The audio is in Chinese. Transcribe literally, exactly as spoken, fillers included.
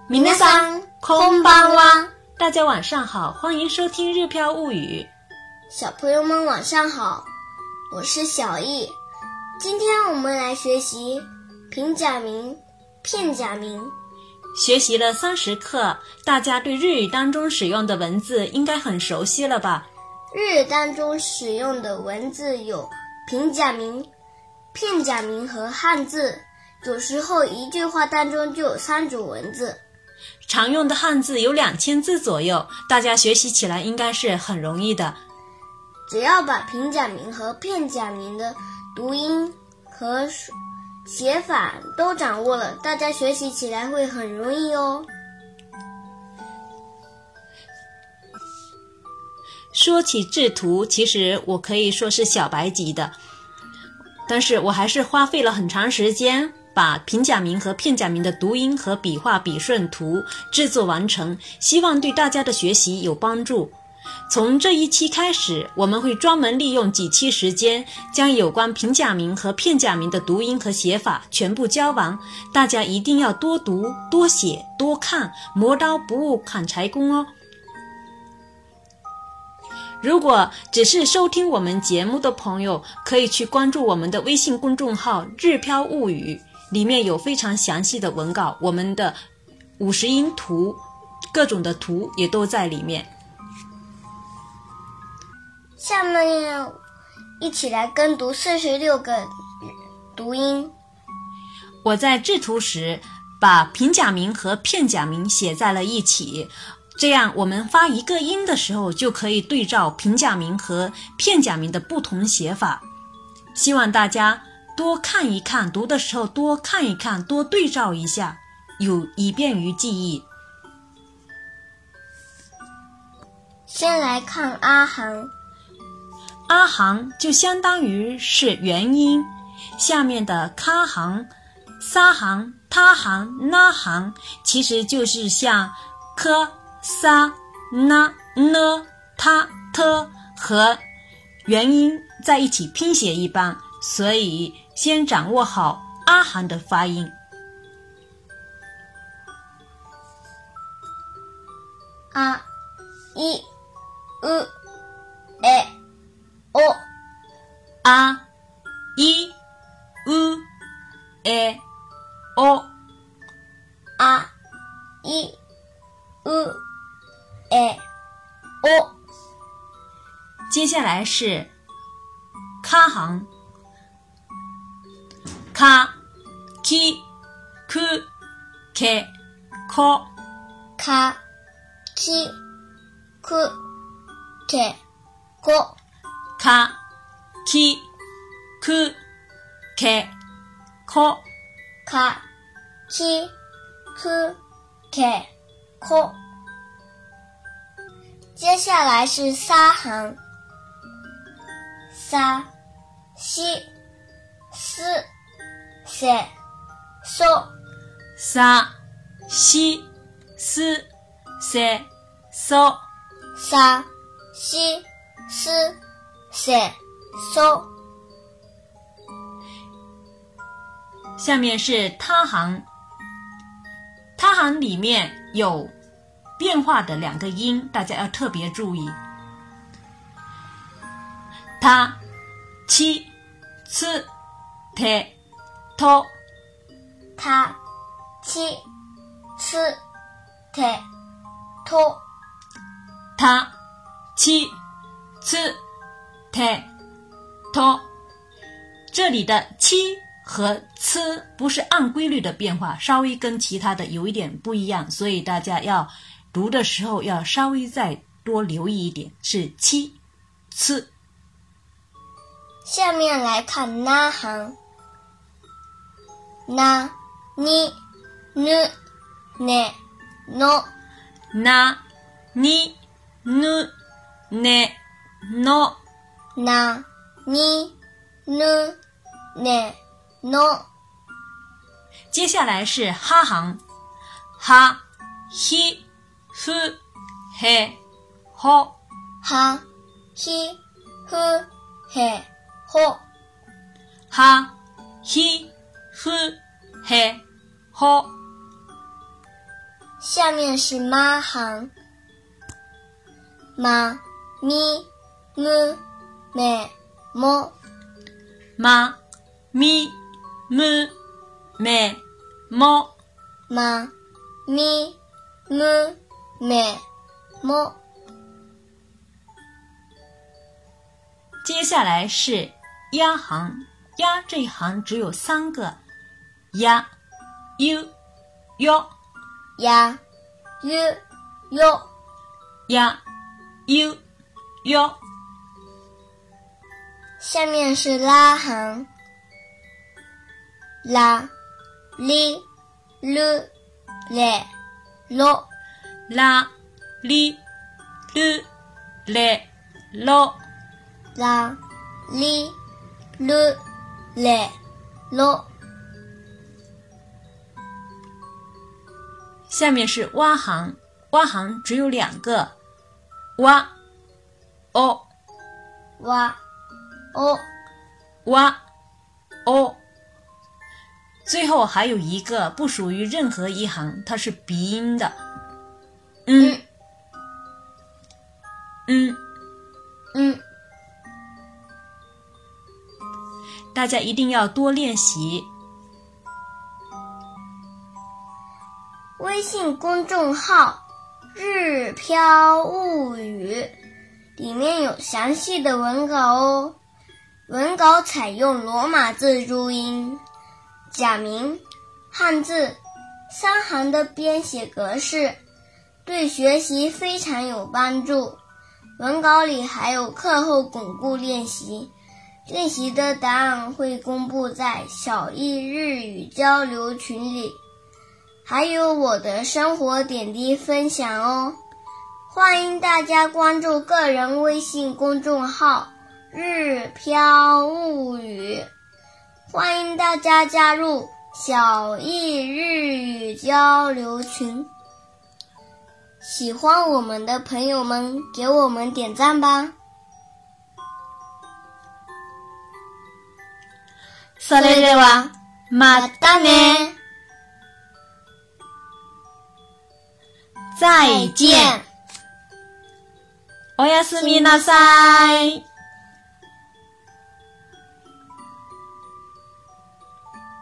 皆さんこんばんは。 大家晚上好，欢迎收听日飘物语。 小朋友们晚上好，我是小易。今天我们来学习平假名、片假名。 学习了三十课，大家对日语当中使用的文字应该很熟悉了吧？ 日语当中使用的文字有平假名、片假名和汉字，有时候一句话当中就有三组文字。 常用的汉字有两千字左右，大家学习起来应该是很容易的。 只要把平假名和片假名的读音和写法都掌握了，大家学习起来会很容易哦。 说起制图，其实我可以说是小白级的，但是我还是花费了很长时间把平假名和片假名的读音和笔画笔顺图制作完成，希望对大家的学习有帮助。从这一期开始，我们会专门利用几期时间，将有关平假名和片假名的读音和写法全部教完，大家一定要多读、多写、多看，磨刀不误砍柴工哦。如果只是收听我们节目的朋友，可以去关注我们的微信公众号日飘物语，里面有非常详细的文稿，我们的五十音图各种的图也都在里面。 下面一起来跟读四十六个读音。 我在制图时把平假名和片假名写在了一起，这样我们发一个音的时候就可以对照平假名和片假名的不同写法。希望大家多看一看，读的时候多看一看，多对照一下，有以便于记忆。 先来看阿行。 阿行就相当于是元音，下面的卡行、沙行、他行、那行其实就是像科、沙、那、呢、他、特和元音在一起拼写一般，所以先掌握好阿行的发音。 あ、い、う、え、お。 あ、い、う、え、お。 あ、い、う、え、お。 接下来是卡行，か、き、く、け、こ。 か、き、く、け、こ。 か、き、く、け、こ。 か、き、く、け、こ。接下来是沙行，さ、し、す、せ、そ。 さ、し、す、せ、そ。 さ、し、す、せ、そ。 下面是他行，他行里面有变化的两个音，大家要特别注意。他、ち、つ、て、と。 た、ち、つ、て、と。 た、ち、つ、て、と。这里的ち和呲不是按规律的变化，稍微跟其他的有一点不一样，所以大家要读的时候要稍微再多留意一点，是七、呲。 下面来看那行，那、に、ぬ、ね、の。 な、に、ぬ、ね、の。 な、に、ぬ、ね、の。 接下来是哈行，は、ひ、ふ、へ、ほ。 は、ひ、ふ、へ、ほ。 は、ひ、ふ、へ、ほ。 下面是妈行，妈、咪、む、め、も。 妈、咪、む、め、も。 妈、咪、む、め、も。 接下来是呀行，呀这一行只有三个，呀、u、よ、 や、ゆ、よ。 呀、u、よ。 下面是拉行，拉、li、る、れ、ろ。 拉、li、る、れ、ろ。 拉、li、る、れ、ろ。 下面是蛙行，蛙行只有两个，蛙、お、 わ、お。 蛙、お。最后还有一个不属于任何一行，它是鼻音的，嗯嗯嗯。 大家一定要多练习。 微信公众号日飘物语里面有详细的文稿哦，文稿采用罗马字注音、假名、汉字三行的编写格式，对学习非常有帮助。文稿里还有课后巩固练习，练习的答案会公布在小易日语交流群里，还有我的生活点滴分享哦。欢迎大家关注个人微信公众号日飘物语，欢迎大家加入小易日语交流群。喜欢我们的朋友们给我们点赞吧。 それではまたね。 再见。 おやすみなさい。